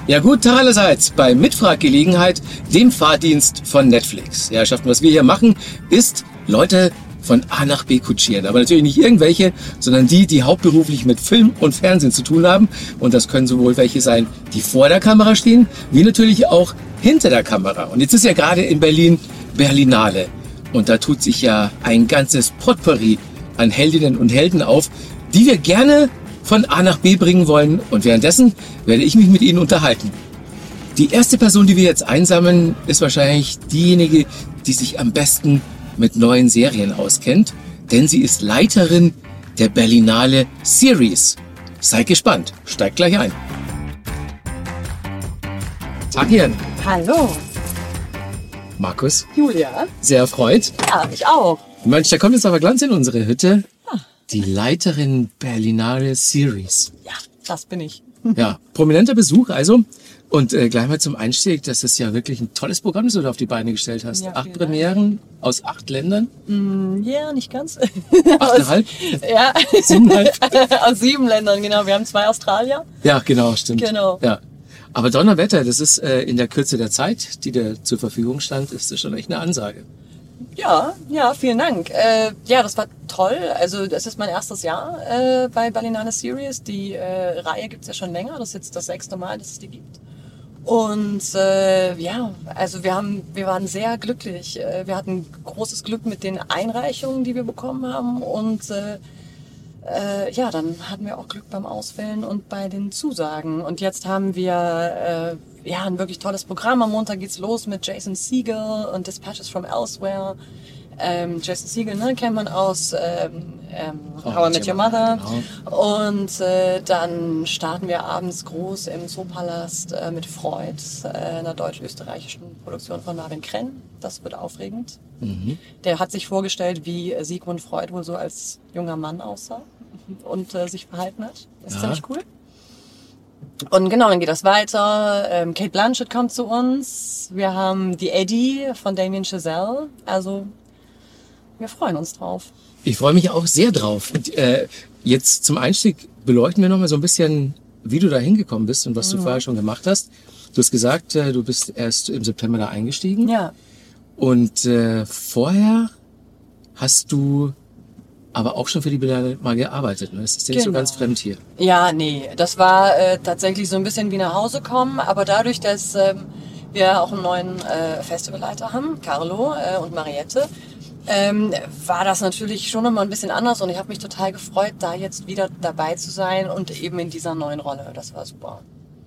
Ja gut, Tag allerseits bei Mitfahrgelegenheit, dem Fahrdienst von Netflix. Ja, Herrschaften, was wir hier machen, ist Leute von A nach B kutschieren. Aber natürlich nicht irgendwelche, sondern die hauptberuflich mit Film und Fernsehen zu tun haben. Und das können sowohl welche sein, die vor der Kamera stehen, wie natürlich auch hinter der Kamera. Und jetzt ist ja gerade in Berlin Berlinale. Und da tut sich ja ein ganzes Potpourri an Heldinnen und Helden auf, die wir gerne von A nach B bringen wollen. Und währenddessen werde ich mich mit Ihnen unterhalten. Die erste Person, die wir jetzt einsammeln, ist wahrscheinlich diejenige, die sich am besten mit neuen Serien auskennt, denn sie ist Leiterin der Berlinale Series. Seid gespannt, steigt gleich ein. Tag hier. Hallo. Markus. Julia. Sehr erfreut. Ja, ich auch. Mensch, da kommt jetzt aber Glanz in unsere Hütte. Die Leiterin Berlinale Series. Ja, das bin ich. Ja, prominenter Besuch also. Und gleich mal zum Einstieg, das ist ja wirklich ein tolles Programm, das du da auf die Beine gestellt hast. Ja, 8 Premieren aus 8 Ländern. Ja, nicht ganz. 8,5? Ja. 7,5? Aus 7 Ländern, genau. Wir haben 2 Australier. Ja, genau, stimmt. Genau. Ja. Aber Donnerwetter, das ist in der Kürze der Zeit, die dir zur Verfügung stand, ist das schon echt eine Ansage. Ja, vielen Dank. Ja, das war toll. Also das ist mein erstes Jahr bei Berlinale Series. Die Reihe gibt's ja schon länger. Das ist jetzt das 6. Mal, dass es die gibt. Und ja, also wir waren sehr glücklich. Wir hatten großes Glück mit den Einreichungen, die wir bekommen haben. Und ja, dann hatten wir auch Glück beim Auswählen und bei den Zusagen. Und jetzt haben wir ja ein wirklich tolles Programm. Am Montag geht's los mit Jason Segel und Dispatches from Elsewhere. Jason Segel, ne, kennt man aus How I Met Your Mother. Genau. Und dann starten wir abends groß im Zoopalast mit Freud, einer deutsch-österreichischen Produktion von Marvin Krenn. Das wird aufregend. Mhm. Der hat sich vorgestellt, wie Sigmund Freud wohl so als junger Mann aussah und sich verhalten hat. Das ist ziemlich cool. Und genau, dann geht das weiter. Cate Blanchett kommt zu uns. Wir haben die Eddie von Damien Chazelle. Also wir freuen uns drauf. Ich freue mich auch sehr drauf. Und, jetzt zum Einstieg beleuchten wir nochmal so ein bisschen, wie du da hingekommen bist und was du vorher schon gemacht hast. Du hast gesagt, du bist erst im September da eingestiegen. Ja. Und vorher hast du aber auch schon für die Berlinale mal gearbeitet. Ne? Das ist ja nicht so ganz fremd hier. Ja, nee. Das war tatsächlich so ein bisschen wie nach Hause kommen. Aber dadurch, dass wir auch einen neuen Festivalleiter haben, Carlo und Mariette, war das natürlich schon nochmal ein bisschen anders. Und ich habe mich total gefreut, da jetzt wieder dabei zu sein und eben in dieser neuen Rolle. Das war super.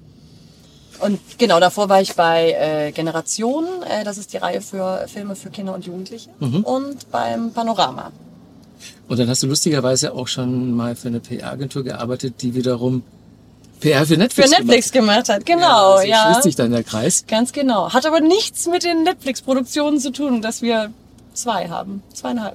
Und genau, davor war ich bei Generation. Das ist die Reihe für Filme für Kinder und Jugendliche. Mhm. Und beim Panorama. Und dann hast du lustigerweise auch schon mal für eine PR-Agentur gearbeitet, die wiederum PR für Netflix gemacht hat. Genau, ja. So schließt sich dann der Kreis. Ganz genau. Hat aber nichts mit den Netflix-Produktionen zu tun, dass wir 2 haben. 2,5,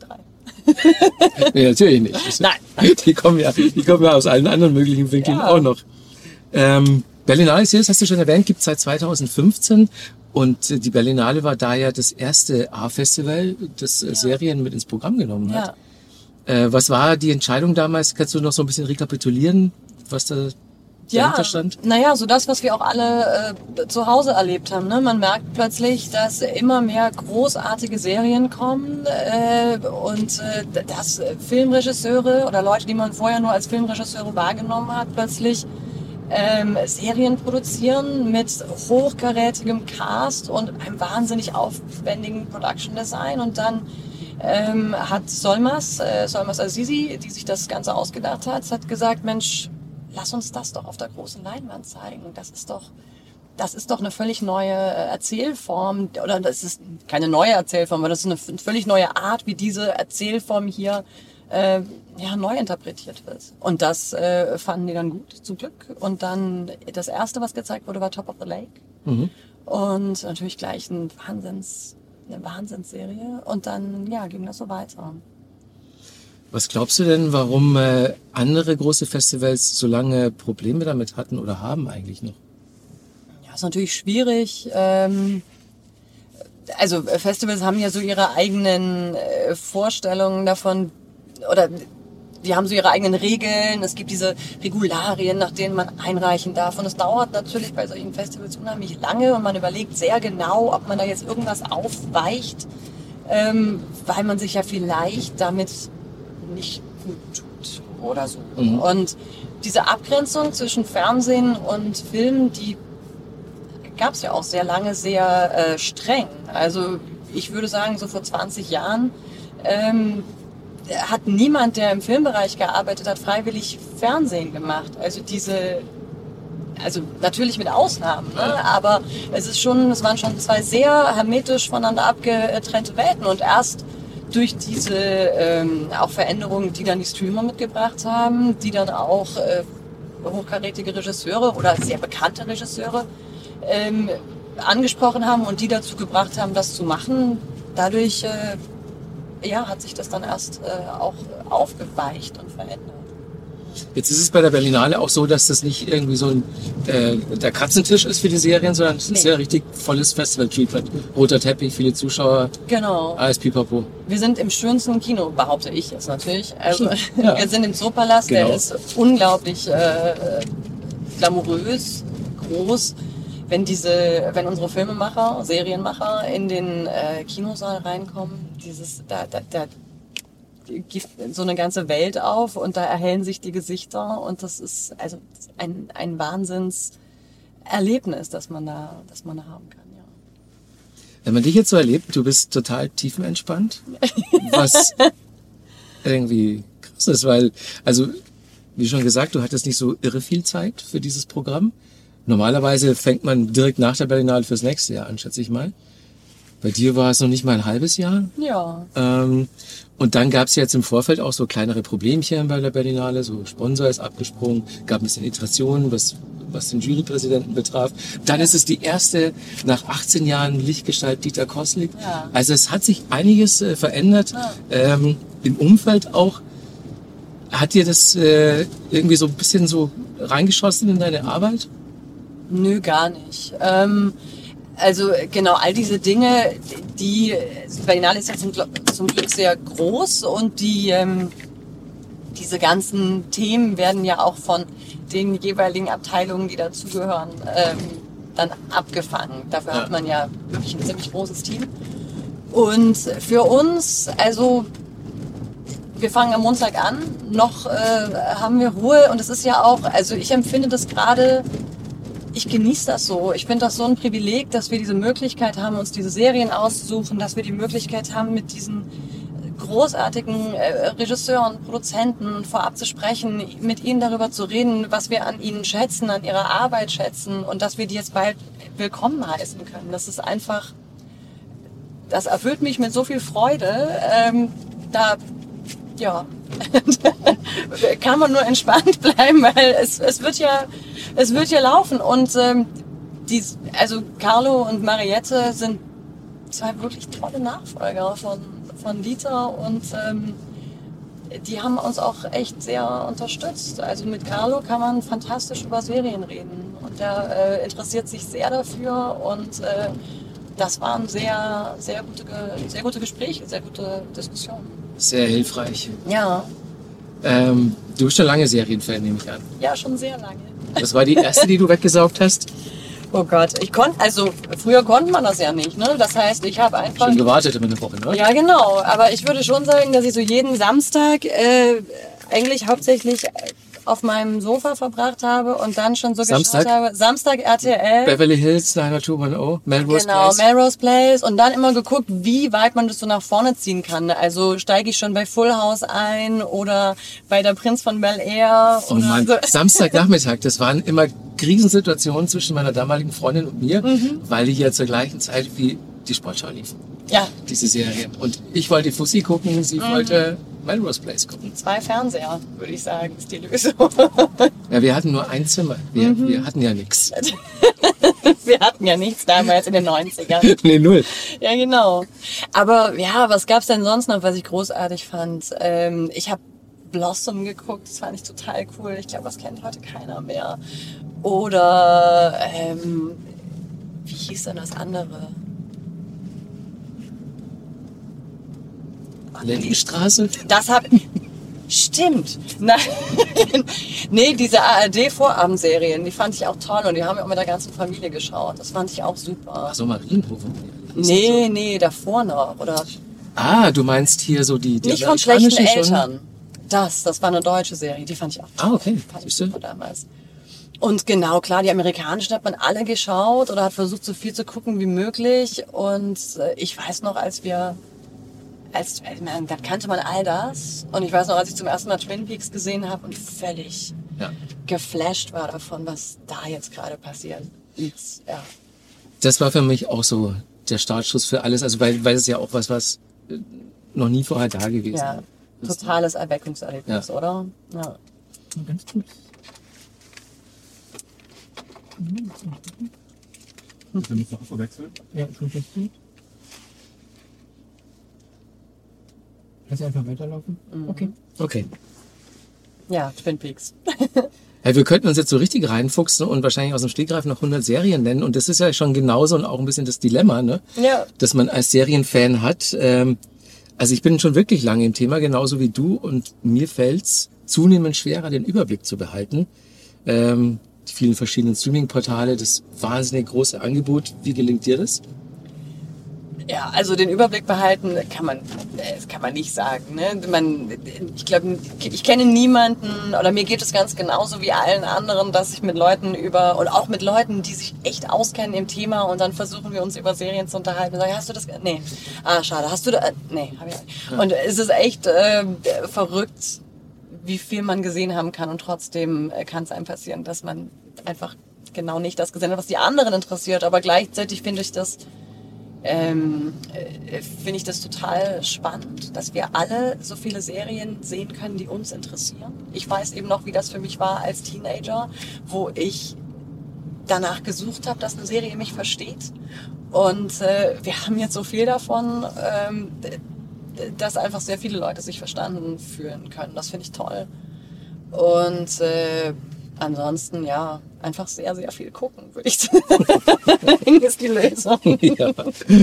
3. Nee, natürlich nicht. Nein. Die kommen ja aus allen anderen möglichen Winkeln auch noch. Berlinale Series, hast du schon erwähnt, gibt es seit 2015. Und die Berlinale war da ja das erste A-Festival, das Serien mit ins Programm genommen hat. Ja. Was war die Entscheidung damals? Kannst du noch so ein bisschen rekapitulieren, was da dahinter stand? Naja, so das, was wir auch alle zu Hause erlebt haben. Ne? Man merkt plötzlich, dass immer mehr großartige Serien kommen und dass Filmregisseure oder Leute, die man vorher nur als Filmregisseure wahrgenommen hat, plötzlich Serien produzieren mit hochkarätigem Cast und einem wahnsinnig aufwendigen Production Design. Und dann hat Solmaz Azizi, die sich das Ganze ausgedacht hat gesagt, Mensch, lass uns das doch auf der großen Leinwand zeigen. Das ist doch eine völlig neue Erzählform, oder das ist keine neue Erzählform, aber das ist eine völlig neue Art, wie diese Erzählform hier neu interpretiert wird. Und das fanden die dann gut, zum Glück. Und dann das erste, was gezeigt wurde, war Top of the Lake. Mhm. Und natürlich gleich eine Wahnsinnsserie. Und dann ging das so weiter. Was glaubst du denn, warum andere große Festivals so lange Probleme damit hatten oder haben eigentlich noch? Ja, ist natürlich schwierig. Also Festivals haben ja so ihre eigenen Vorstellungen davon, oder die haben so ihre eigenen Regeln, es gibt diese Regularien, nach denen man einreichen darf. Und es dauert natürlich bei solchen Festivals unheimlich lange und man überlegt sehr genau, ob man da jetzt irgendwas aufweicht, weil man sich ja vielleicht damit nicht gut tut oder so. Und diese Abgrenzung zwischen Fernsehen und Film, die gab es ja auch sehr lange sehr streng. Also ich würde sagen, so vor 20 Jahren hat niemand, der im Filmbereich gearbeitet hat, freiwillig Fernsehen gemacht. Also natürlich mit Ausnahmen, ne? Aber es waren schon zwei sehr hermetisch voneinander abgetrennte Welten und erst durch diese auch Veränderungen, die dann die Streamer mitgebracht haben, die dann auch hochkarätige Regisseure oder sehr bekannte Regisseure angesprochen haben und die dazu gebracht haben, das zu machen. Dadurch hat sich das dann erst auch aufgeweicht und verändert. Jetzt ist es bei der Berlinale auch so, dass das nicht irgendwie so der Katzentisch ist für die Serien, sondern es ist ja richtig volles Festival-Treatment. Roter Teppich, viele Zuschauer, genau. alles pipapo. Wir sind im schönsten Kino, behaupte ich jetzt natürlich. Also wir sind im Zoopalast, genau. Der ist unglaublich glamourös, groß. Wenn unsere Filmemacher, Serienmacher in den Kinosaal reinkommen, da gibt so eine ganze Welt auf und da erhellen sich die Gesichter und das ist also ein Wahnsinnserlebnis, das man da haben kann. Ja. Wenn man dich jetzt so erlebt, du bist total tiefenentspannt, was irgendwie krass ist, weil, also wie schon gesagt, du hattest nicht so irre viel Zeit für dieses Programm. Normalerweise fängt man direkt nach der Berlinale fürs nächste Jahr an, schätze ich mal. Bei dir war es noch nicht mal ein halbes Jahr. Ja. Und dann gab es jetzt im Vorfeld auch so kleinere Problemchen bei der Berlinale. So Sponsor ist abgesprungen, gab ein bisschen Iterationen, was den Jurypräsidenten betraf. Dann ist es die erste nach 18 Jahren Lichtgestalt Dieter Koslik. Ja. Also es hat sich einiges verändert. Ja. Im Umfeld auch. Hat dir das irgendwie so ein bisschen so reingeschossen in deine Arbeit? Nö, gar nicht. Also genau, all diese Dinge, die Berlinale ist ja zum Glück sehr groß und diese ganzen Themen werden ja auch von den jeweiligen Abteilungen, die dazugehören, dann abgefangen. Dafür hat man ja wirklich ein ziemlich großes Team. Und für uns, also wir fangen am Montag an, noch haben wir Ruhe und es ist ja auch, also ich empfinde das gerade, ich genieße das so. Ich finde das so ein Privileg, dass wir diese Möglichkeit haben, uns diese Serien auszusuchen, dass wir die Möglichkeit haben, mit diesen großartigen Regisseuren, Produzenten vorab zu sprechen, mit ihnen darüber zu reden, was wir an ihnen schätzen, an ihrer Arbeit schätzen und dass wir die jetzt bald willkommen heißen können. Das ist einfach, das erfüllt mich mit so viel Freude. Kann man nur entspannt bleiben, weil es wird ja laufen und also Carlo und Mariette sind zwei wirklich tolle Nachfolger von Dieter und die haben uns auch echt sehr unterstützt. Also mit Carlo kann man fantastisch über Serien reden und der interessiert sich sehr dafür und das waren sehr, sehr gute Gespräche, sehr gute Diskussionen. Sehr hilfreich. Ja. Du bist schon lange Serienfan, nehme ich an. Ja, schon sehr lange. Was war die erste, die du weggesaugt hast? Oh Gott, früher konnte man das ja nicht, ne? Das heißt, ich habe einfach... Schon gewartet immer eine Woche, ne? Ja, genau. Aber ich würde schon sagen, dass ich so jeden Samstag eigentlich hauptsächlich auf meinem Sofa verbracht habe und dann schon so geschaut habe. Samstag RTL. Beverly Hills 90210, Melrose Place. Genau, Melrose Place. Und dann immer geguckt, wie weit man das so nach vorne ziehen kann. Also steige ich schon bei Full House ein oder bei der Prinz von Bel-Air. Oh Mann, so. Samstagnachmittag, das waren immer Krisensituationen zwischen meiner damaligen Freundin und mir, weil die ja zur gleichen Zeit wie die Sportschau liefen. Ja. Diese Serien. Und ich wollte Fussi gucken, sie wollte Melrose Place gucken. 2 Fernseher, würde ich sagen, ist die Lösung. Ja, wir hatten nur ein Zimmer. Wir hatten ja nichts. Wir hatten ja nichts damals in den 90ern. Nee, null. Ja, genau. Aber ja, was gab's denn sonst noch, was ich großartig fand? Ich habe Blossom geguckt, das fand ich total cool. Ich glaube, das kennt heute keiner mehr. Oder wie hieß denn das andere? Lindenstraße? Das habe Stimmt. Nein. Nee, diese ARD-Vorabendserien, die fand ich auch toll und die haben wir auch mit der ganzen Familie geschaut. Das fand ich auch super. Ach so, Marienhof. Nee, davor noch. Oder Du meinst hier so die nicht von schlechten amerikanischen Eltern. Das war eine deutsche Serie, die fand ich auch toll. Okay. Fand ich super damals. Und genau, klar, die amerikanischen hat man alle geschaut oder hat versucht, so viel zu gucken wie möglich. Und ich weiß noch, da kannte man all das. Und ich weiß noch, als ich zum ersten Mal Twin Peaks gesehen habe und völlig geflasht war davon, was da jetzt gerade passiert. Und, ja. Das war für mich auch so der Startschuss für alles, also weil es ja auch was noch nie vorher da gewesen ist. Ja, totales Erweckungserlebnis, oder? Ja. Ganz gut. Können wir uns noch verwechseln? Ja, schon fast gut. Lass sie einfach weiterlaufen? Okay. Ja, Twin Peaks. Ja, wir könnten uns jetzt so richtig reinfuchsen und wahrscheinlich aus dem Stegreif noch 100 Serien nennen. Und das ist ja schon genauso und auch ein bisschen das Dilemma, ne? Ja. Das man als Serienfan hat. Also ich bin schon wirklich lange im Thema, genauso wie du. Und mir fällt's zunehmend schwerer, den Überblick zu behalten. Die vielen verschiedenen Streaming-Portale, das wahnsinnig große Angebot. Wie gelingt dir das? Ja, also den Überblick behalten kann man nicht sagen. Ne? Ich glaube, ich kenne niemanden, oder mir geht es ganz genauso wie allen anderen, dass ich mit Leuten und auch mit Leuten, die sich echt auskennen im Thema, und dann versuchen wir uns über Serien zu unterhalten und sagen, hast du das? Nee. Ah, schade. Hast du das? Nee, habe ich nicht. Und es ist echt verrückt, wie viel man gesehen haben kann, und trotzdem kann es einem passieren, dass man einfach genau nicht das gesehen hat, was die anderen interessiert. Aber gleichzeitig finde ich das total spannend, dass wir alle so viele Serien sehen können, die uns interessieren. Ich weiß eben noch, wie das für mich war als Teenager, wo ich danach gesucht habe, dass eine Serie mich versteht. Und wir haben jetzt so viel davon, dass einfach sehr viele Leute sich verstanden fühlen können. Das finde ich toll. Und ansonsten, ja, einfach sehr, sehr viel gucken, würde ich sagen. Ist die Lösung. Ja.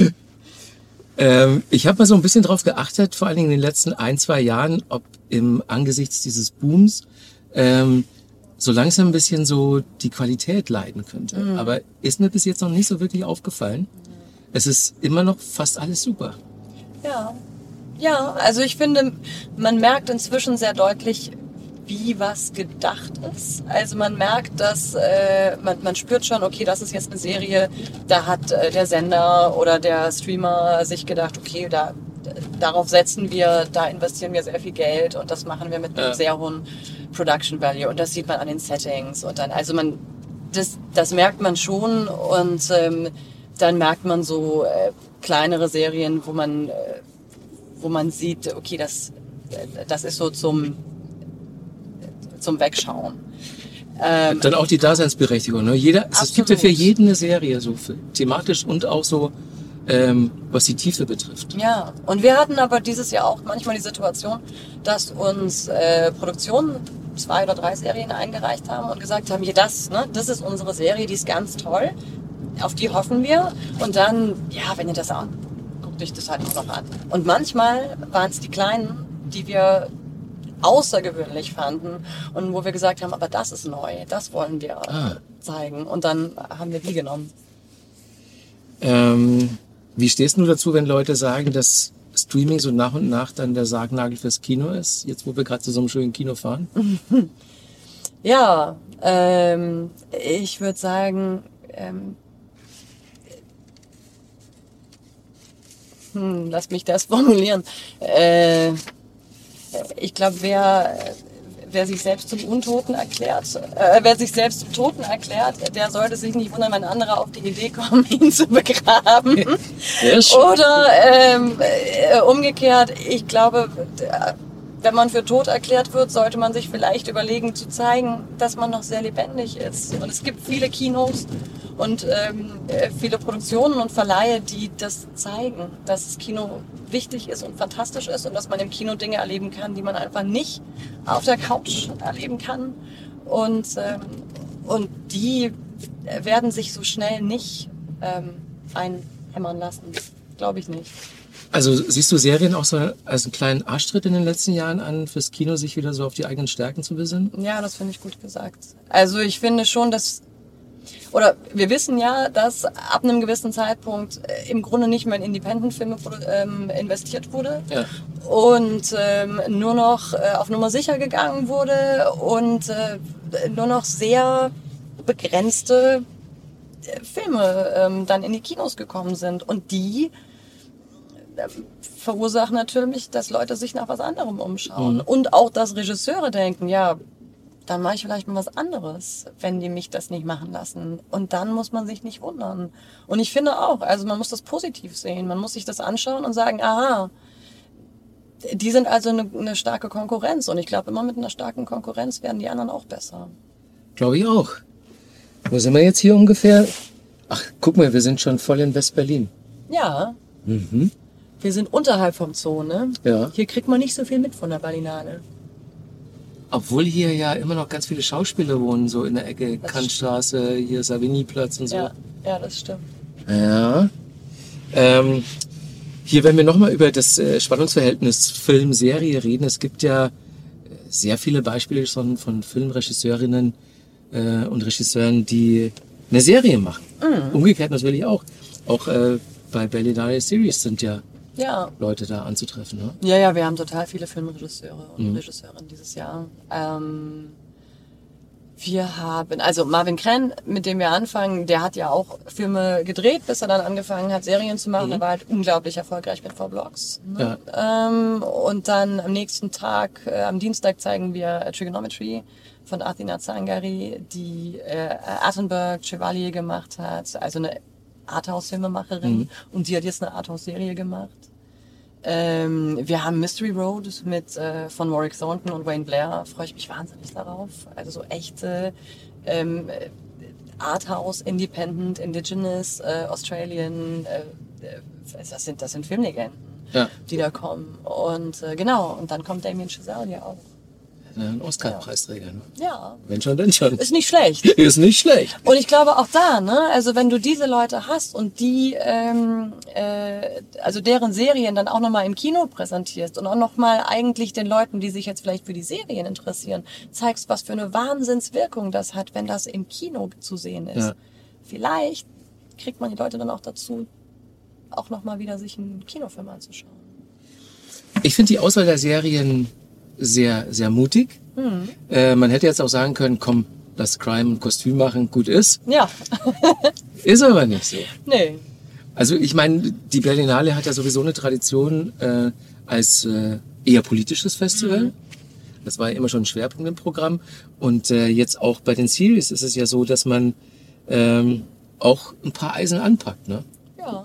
Ich habe mal so ein bisschen drauf geachtet, vor allen Dingen in den letzten 1-2 Jahren, ob angesichts dieses Booms so langsam ein bisschen so die Qualität leiden könnte. Aber ist mir bis jetzt noch nicht so wirklich aufgefallen. Es ist immer noch fast alles super. Ja, also ich finde, man merkt inzwischen sehr deutlich, wie was gedacht ist. Also man merkt, dass man spürt schon, okay, das ist jetzt eine Serie, da hat der Sender oder der Streamer sich gedacht, okay, darauf setzen wir, da investieren wir sehr viel Geld und das machen wir mit einem sehr hohen Production Value, und das sieht man an den Settings, und dann, also das merkt man schon, und dann merkt man so kleinere Serien, wo man sieht, okay, das ist so zum Wegschauen. Dann auch die Daseinsberechtigung. Ne? Es gibt ja für jeden eine Serie, so thematisch und auch so, was die Tiefe betrifft. Ja, und wir hatten aber dieses Jahr auch manchmal die Situation, dass uns Produktionen 2 oder 3 Serien eingereicht haben und gesagt haben, hier das ist unsere Serie, die ist ganz toll, auf die hoffen wir, und dann, ja, wenn ihr das auch, guckt euch das halt noch an. Und manchmal waren es die Kleinen, die wir außergewöhnlich fanden und wo wir gesagt haben, aber das ist neu, das wollen wir zeigen, und dann haben wir die genommen. Wie stehst du dazu, wenn Leute sagen, dass Streaming so nach und nach dann der Sargnagel fürs Kino ist, jetzt wo wir gerade zu so einem schönen Kino fahren? Ja, ich würde sagen, lass mich das formulieren. Ich glaube, wer sich selbst zum Untoten erklärt, der sollte sich nicht wundern, wenn andere auf die Idee kommen, ihn zu begraben. Oder umgekehrt, ich glaube, wenn man für tot erklärt wird, sollte man sich vielleicht überlegen, zu zeigen, dass man noch sehr lebendig ist. Und es gibt viele Kinos und viele Produktionen und Verleihe, die das zeigen, dass das Kino wichtig ist und fantastisch ist und dass man im Kino Dinge erleben kann, die man einfach nicht auf der Couch erleben kann. Und die werden sich so schnell nicht einhämmern lassen. Glaube ich nicht. Also siehst du Serien auch so als einen kleinen Arschtritt in den letzten Jahren an, fürs Kino sich wieder so auf die eigenen Stärken zu besinnen? Ja, das finde ich gut gesagt. Also ich finde schon, oder wir wissen ja, dass ab einem gewissen Zeitpunkt im Grunde nicht mehr in Independent-Filme investiert wurde. Ja. Und nur noch auf Nummer sicher gegangen wurde und nur noch sehr begrenzte Filme dann in die Kinos gekommen sind. Und die verursachen natürlich, dass Leute sich nach was anderem umschauen. Und auch, dass Regisseure denken, ja, dann mache ich vielleicht mal was anderes, wenn die mich das nicht machen lassen. Und dann muss man sich nicht wundern. Und ich finde auch, also man muss das positiv sehen. Man muss sich das anschauen und sagen, aha, die sind also eine starke Konkurrenz. Und ich glaube, immer mit einer starken Konkurrenz werden die anderen auch besser. Glaube ich auch. Wo sind wir jetzt hier ungefähr? Ach, guck mal, wir sind schon voll in West-Berlin. Ja, Mhm. wir sind unterhalb vom Zoo, ne? Ja. Hier kriegt man nicht so viel mit von der Berlinale. Obwohl hier ja immer noch ganz viele Schauspieler wohnen, so in der Ecke Kantstraße, hier Savigny-Platz und so. Ja, das stimmt. Ja. Hier, wenn wir nochmal über das Spannungsverhältnis Film-Serie reden, es gibt ja sehr viele Beispiele schon von Filmregisseurinnen und Regisseuren, die eine Serie machen. Umgekehrt natürlich auch. Auch bei Berlinale Series sind ja Ja. Leute da anzutreffen. Ne? Ja, wir haben total viele Filmregisseure und Regisseurinnen dieses Jahr. Wir haben, also Marvin Krenn, mit dem wir anfangen, der hat ja auch Filme gedreht, bis er dann angefangen hat, Serien zu machen. Er war halt unglaublich erfolgreich mit 4 Blocks. Ne? Und dann am nächsten Tag, am Dienstag, zeigen wir Trigonometry von Athina Zangari, die Attenberg Chevalier gemacht hat, also eine Arthouse-Filmemacherin. Und die hat jetzt eine Arthouse-Serie gemacht. Wir haben Mystery Road von Warwick Thornton und Wayne Blair. Freue ich mich wahnsinnig darauf. Also so echte Arthouse, Independent, Indigenous, Australian. Das sind Filmlegenden, die da kommen. Und genau, und dann kommt Damien Chazelle ja auch. Ein Oscar-Preisträger. Ne? Ja. Wenn schon, denn schon. Ist nicht schlecht. Ist nicht schlecht. Und ich glaube auch da, ne, also wenn du diese Leute hast und die, also deren Serien dann auch nochmal im Kino präsentierst und auch nochmal eigentlich den Leuten, die sich jetzt vielleicht für die Serien interessieren, zeigst, was für eine Wahnsinnswirkung das hat, wenn das im Kino zu sehen ist. Ja. Vielleicht kriegt man die Leute dann auch dazu, auch nochmal wieder sich einen Kinofilm anzuschauen. Ich finde die Auswahl der Serien sehr, sehr mutig. Man hätte jetzt auch sagen können, komm, lass Crime und Kostüm machen, gut ist. Ja. Ist aber nicht so. Nee. Also ich meine, die Berlinale hat ja sowieso eine Tradition als eher politisches Festival. Das war ja immer schon ein Schwerpunkt im Programm. Und jetzt auch bei den Series ist es ja so, dass man auch ein paar Eisen anpackt, ne? Ja.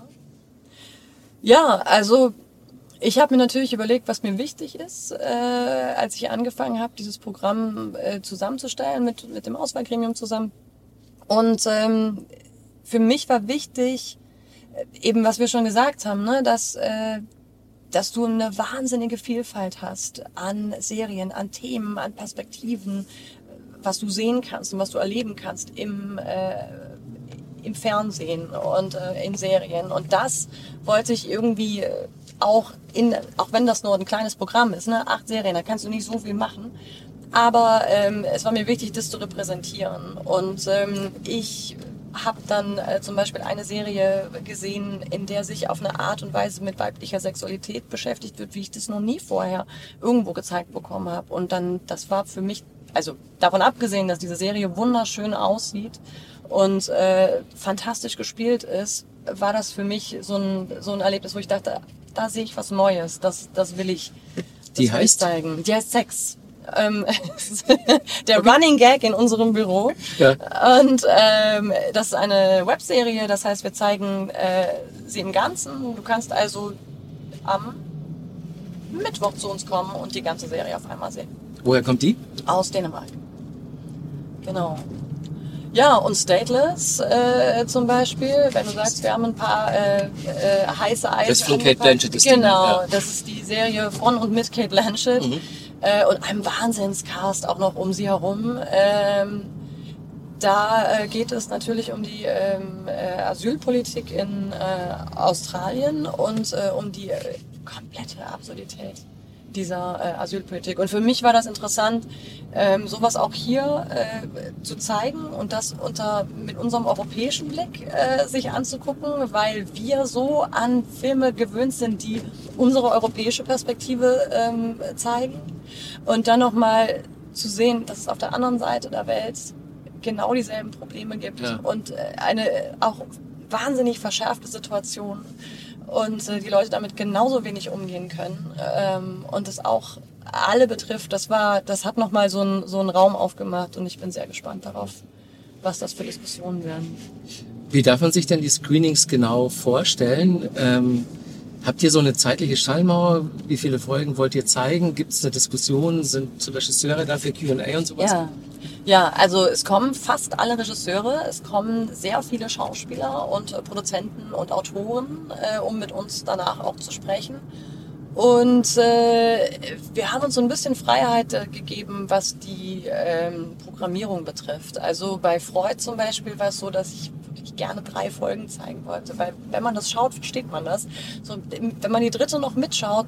Ja, also ich habe mir natürlich überlegt, was mir wichtig ist, als ich angefangen habe, dieses Programm zusammenzustellen mit dem Auswahlgremium zusammen. Und für mich war wichtig, eben was wir schon gesagt haben, ne, dass du eine wahnsinnige Vielfalt hast an Serien, an Themen, an Perspektiven, was du sehen kannst und was du erleben kannst im Fernsehen und in Serien. Und das wollte ich irgendwie auch wenn das nur ein kleines Programm ist, ne, 8 Serien, da kannst du nicht so viel machen. Aber es war mir wichtig, das zu repräsentieren. Und ich habe dann zum Beispiel eine Serie gesehen, in der sich auf eine Art und Weise mit weiblicher Sexualität beschäftigt wird, wie ich das noch nie vorher irgendwo gezeigt bekommen habe. Und dann, das war für mich, also davon abgesehen, dass diese Serie wunderschön aussieht und fantastisch gespielt ist, war das für mich so ein Erlebnis, wo ich dachte, da sehe ich was Neues, das will ich zeigen. Die heißt Sex. Der Running Gag in unserem Büro. Ja. Und das ist eine Webserie, das heißt, wir zeigen sie im Ganzen. Du kannst also am Mittwoch zu uns kommen und die ganze Serie auf einmal sehen. Woher kommt die? Aus Dänemark. Genau. Ja, und Stateless zum Beispiel, wenn du sagst, wir haben ein paar heiße Eisen. Das ist von Cate Blanchett. Genau, das ist die Serie von und mit Cate Blanchett. Und einem Wahnsinnscast auch noch um sie herum. Da geht es natürlich um die Asylpolitik in Australien und um die komplette Absurdität dieser Asylpolitik. Und für mich war das interessant, sowas auch hier zu zeigen und das mit unserem europäischen Blick sich anzugucken, weil wir so an Filme gewöhnt sind, die unsere europäische Perspektive zeigen. Und dann nochmal zu sehen, dass es auf der anderen Seite der Welt genau dieselben Probleme gibt und eine auch wahnsinnig verschärfte Situation und die Leute damit genauso wenig umgehen können und es auch alle betrifft. Das hat nochmal so einen Raum aufgemacht und ich bin sehr gespannt darauf, was das für Diskussionen werden. Wie darf man sich denn die Screenings genau vorstellen? Habt ihr so eine zeitliche Schallmauer? Wie viele Folgen wollt ihr zeigen? Gibt es eine Diskussion? Sind Regisseure dafür Q&A und sowas? Ja, also es kommen fast alle Regisseure, es kommen sehr viele Schauspieler und Produzenten und Autoren, um mit uns danach auch zu sprechen. Und wir haben uns so ein bisschen Freiheit gegeben, was die Programmierung betrifft. Also bei Freud zum Beispiel war es so, dass ich wirklich gerne 3 Folgen zeigen wollte, weil wenn man das schaut, versteht man das. So, wenn man die dritte noch mitschaut,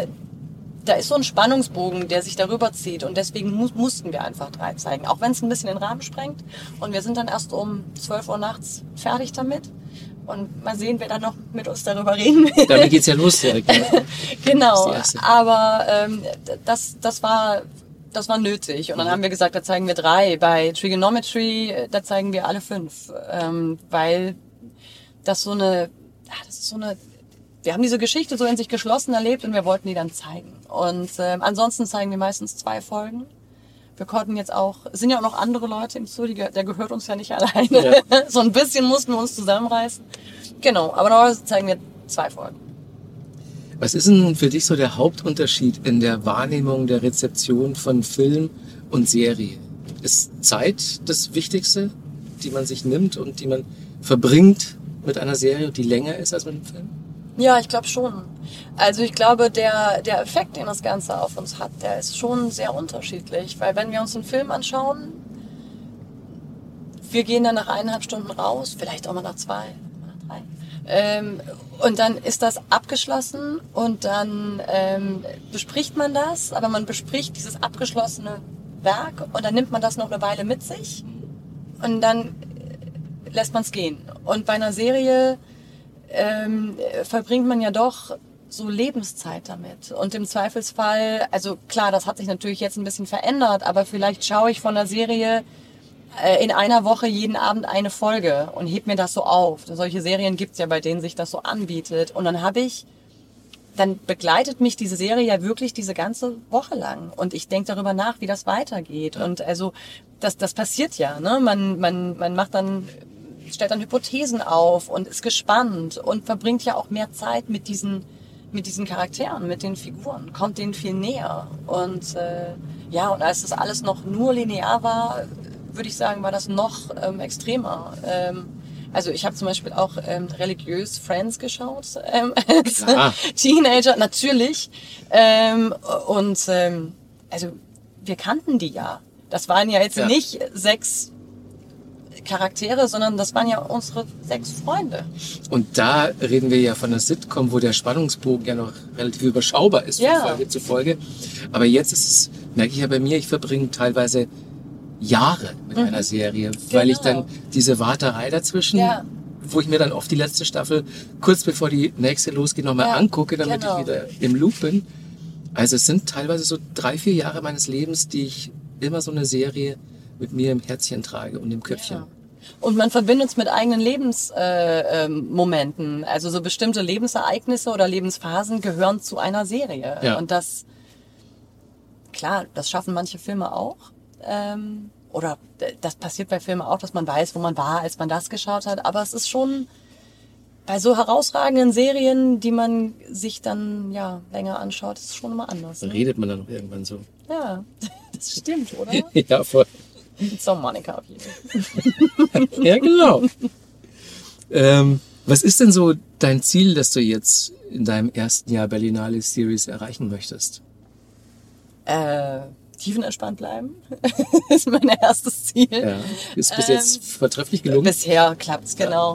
da ist so ein Spannungsbogen, der sich darüber zieht und deswegen mussten wir einfach 3 zeigen, auch wenn es ein bisschen den Rahmen sprengt und wir sind dann erst um 12 Uhr nachts fertig damit und mal sehen, wer dann noch mit uns darüber reden will. Damit geht's ja los direkt. Ne? Genau, aber das war nötig und dann haben wir gesagt, da zeigen wir 3. Bei Trigonometry, da zeigen wir alle 5, weil das ist so eine wir haben diese Geschichte so in sich geschlossen erlebt und wir wollten die dann zeigen. Und ansonsten zeigen wir meistens 2 Folgen. Wir konnten jetzt auch, es sind ja auch noch andere Leute im Studio, der gehört uns ja nicht alleine. Ja. So ein bisschen mussten wir uns zusammenreißen. Genau, aber normalerweise zeigen wir 2 Folgen. Was ist denn für dich so der Hauptunterschied in der Wahrnehmung der Rezeption von Film und Serie? Ist Zeit das Wichtigste, die man sich nimmt und die man verbringt mit einer Serie, die länger ist als mit einem Film? Ja, ich glaube schon. Also ich glaube, der Effekt, den das Ganze auf uns hat, der ist schon sehr unterschiedlich. Weil wenn wir uns einen Film anschauen, wir gehen dann nach 1,5 Stunden raus, vielleicht auch mal nach 2, nach 3. Und dann ist das abgeschlossen und dann bespricht man das, aber man bespricht dieses abgeschlossene Werk und dann nimmt man das noch eine Weile mit sich und dann lässt man es gehen. Und bei einer Serie verbringt man ja doch so Lebenszeit damit. Und im Zweifelsfall, also klar, das hat sich natürlich jetzt ein bisschen verändert, aber vielleicht schaue ich von der Serie in einer Woche jeden Abend eine Folge und heb mir das so auf. Solche Serien gibt's ja, bei denen sich das so anbietet. Und dann begleitet mich diese Serie ja wirklich diese ganze Woche lang. Und ich denke darüber nach, wie das weitergeht. Und also, das passiert ja, ne? Man macht dann, stellt dann Hypothesen auf und ist gespannt und verbringt ja auch mehr Zeit mit diesen Charakteren, mit den Figuren, kommt denen viel näher. Und und als das alles noch nur linear war, würde ich sagen, war das noch extremer. Also ich habe zum Beispiel auch religiös Friends geschaut als Teenager, natürlich. Also wir kannten die ja. Das waren ja jetzt nicht 6 Charaktere, sondern das waren ja unsere 6 Freunde. Und da reden wir ja von einer Sitcom, wo der Spannungsbogen ja noch relativ überschaubar ist von Folge zu Folge. Aber jetzt ist es, merke ich ja bei mir, ich verbringe teilweise Jahre mit einer Serie, weil ich dann diese Warterei dazwischen, wo ich mir dann oft die letzte Staffel kurz bevor die nächste losgeht nochmal angucke, damit ich wieder im Loop bin. Also es sind teilweise so 3-4 Jahre meines Lebens, die ich immer so eine Serie mit mir im Herzchen trage und im Köpfchen. Ja. Und man verbindet es mit eigenen Lebensmomenten. Also so bestimmte Lebensereignisse oder Lebensphasen gehören zu einer Serie. Ja. Und das schaffen manche Filme auch. Oder das passiert bei Filmen auch, dass man weiß, wo man war, als man das geschaut hat. Aber es ist schon bei so herausragenden Serien, die man sich dann länger anschaut, ist es schon immer anders. Ne? Redet man dann noch irgendwann so. Ja, das stimmt, oder? Ja, voll. So, Monika auf jeden Fall. Ja, genau. Was ist denn so dein Ziel, das du jetzt in deinem ersten Jahr Berlinale Series erreichen möchtest? tiefenentspannt bleiben. ist mein erstes Ziel. Ja, ist bis jetzt vortrefflich gelungen. Bisher klappt's, genau.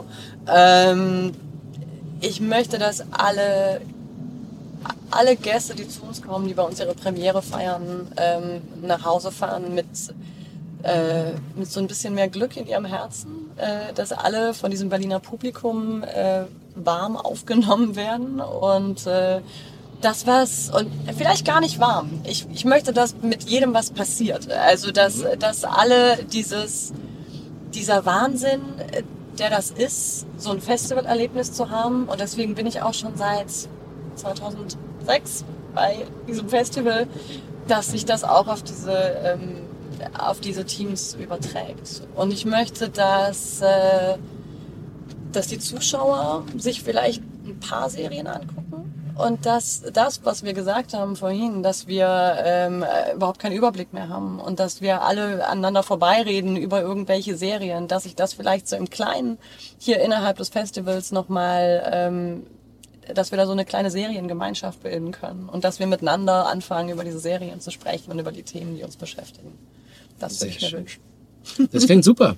Ich möchte, dass alle Gäste, die zu uns kommen, die bei uns ihre Premiere feiern, nach Hause fahren mit so ein bisschen mehr Glück in ihrem Herzen, dass alle von diesem Berliner Publikum warm aufgenommen werden und und vielleicht gar nicht warm. Ich möchte, dass mit jedem was passiert. Also dass alle dieser Wahnsinn, der das ist, so ein Festivalerlebnis zu haben. Und deswegen bin ich auch schon seit 2006 bei diesem Festival, dass sich das auch auf diese Teams überträgt. Und ich möchte, dass die Zuschauer sich vielleicht ein paar Serien angucken und dass das, was wir gesagt haben vorhin, dass wir überhaupt keinen Überblick mehr haben und dass wir alle aneinander vorbeireden über irgendwelche Serien, dass sich das vielleicht so im Kleinen hier innerhalb des Festivals nochmal, dass wir da so eine kleine Seriengemeinschaft bilden können und dass wir miteinander anfangen, über diese Serien zu sprechen und über die Themen, die uns beschäftigen. Das würde ich mir wünschen. Das klingt super.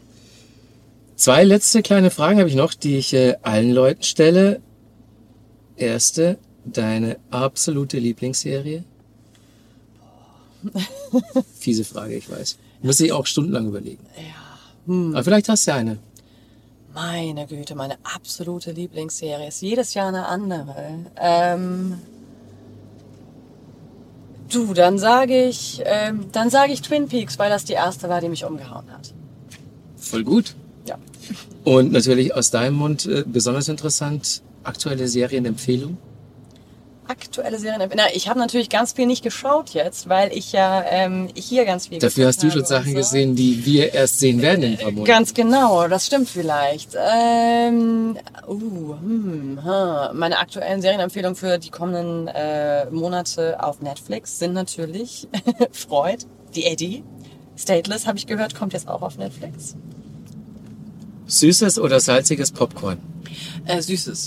2 letzte kleine Fragen habe ich noch, die ich allen Leuten stelle. Erste, deine absolute Lieblingsserie? Fiese Frage, ich weiß. Muss ich auch stundenlang überlegen. Ja. Aber vielleicht hast du ja eine. Meine Güte, meine absolute Lieblingsserie ist jedes Jahr eine andere. Dann sage ich Twin Peaks, weil das die erste war, die mich umgehauen hat. Voll gut. Ja. Und natürlich aus deinem Mund besonders interessant, aktuelle Serienempfehlung? Aktuelle Serienempfehlung. Ich habe natürlich ganz viel nicht geschaut jetzt, weil ich ja hier ganz viel Dafür hast du schon habe Sachen und so. gesehen, die wir erst sehen werden in ein paar Monaten. Ganz genau, das stimmt vielleicht. Meine aktuellen Serienempfehlungen für die kommenden Monate auf Netflix sind natürlich Freud, die Eddie. Stateless, habe ich gehört, kommt jetzt auch auf Netflix. Süßes oder salziges Popcorn? Süßes.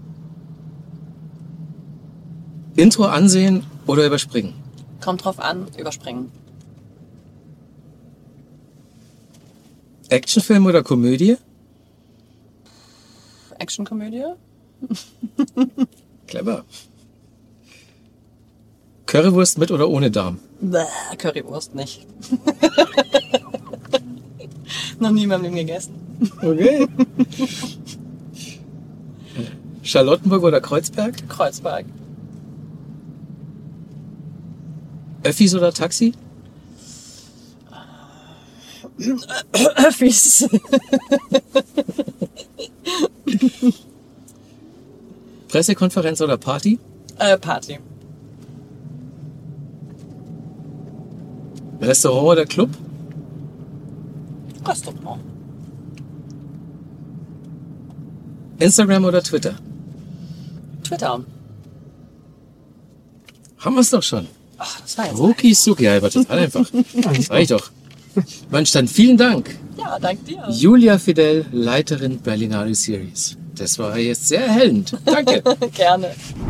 Intro ansehen oder überspringen? Kommt drauf an, überspringen. Actionfilm oder Komödie? Actionkomödie? Clever. Currywurst mit oder ohne Darm? Bäh, Currywurst nicht. Noch nie in meinem Leben gegessen. Okay. Charlottenburg oder Kreuzberg? Kreuzberg. Öffis oder Taxi? Öffis. Pressekonferenz oder Party? Party. Restaurant oder Club? Restaurant. Instagram oder Twitter? Twitter. Haben wir es doch schon. Ach, das war jetzt. Ruki Suki, ja, war total einfach. Das reicht doch. Mensch, dann vielen Dank. Ja, dank dir. Julia Fidel, Leiterin Berlinale Series. Das war jetzt sehr erhellend. Danke. Gerne.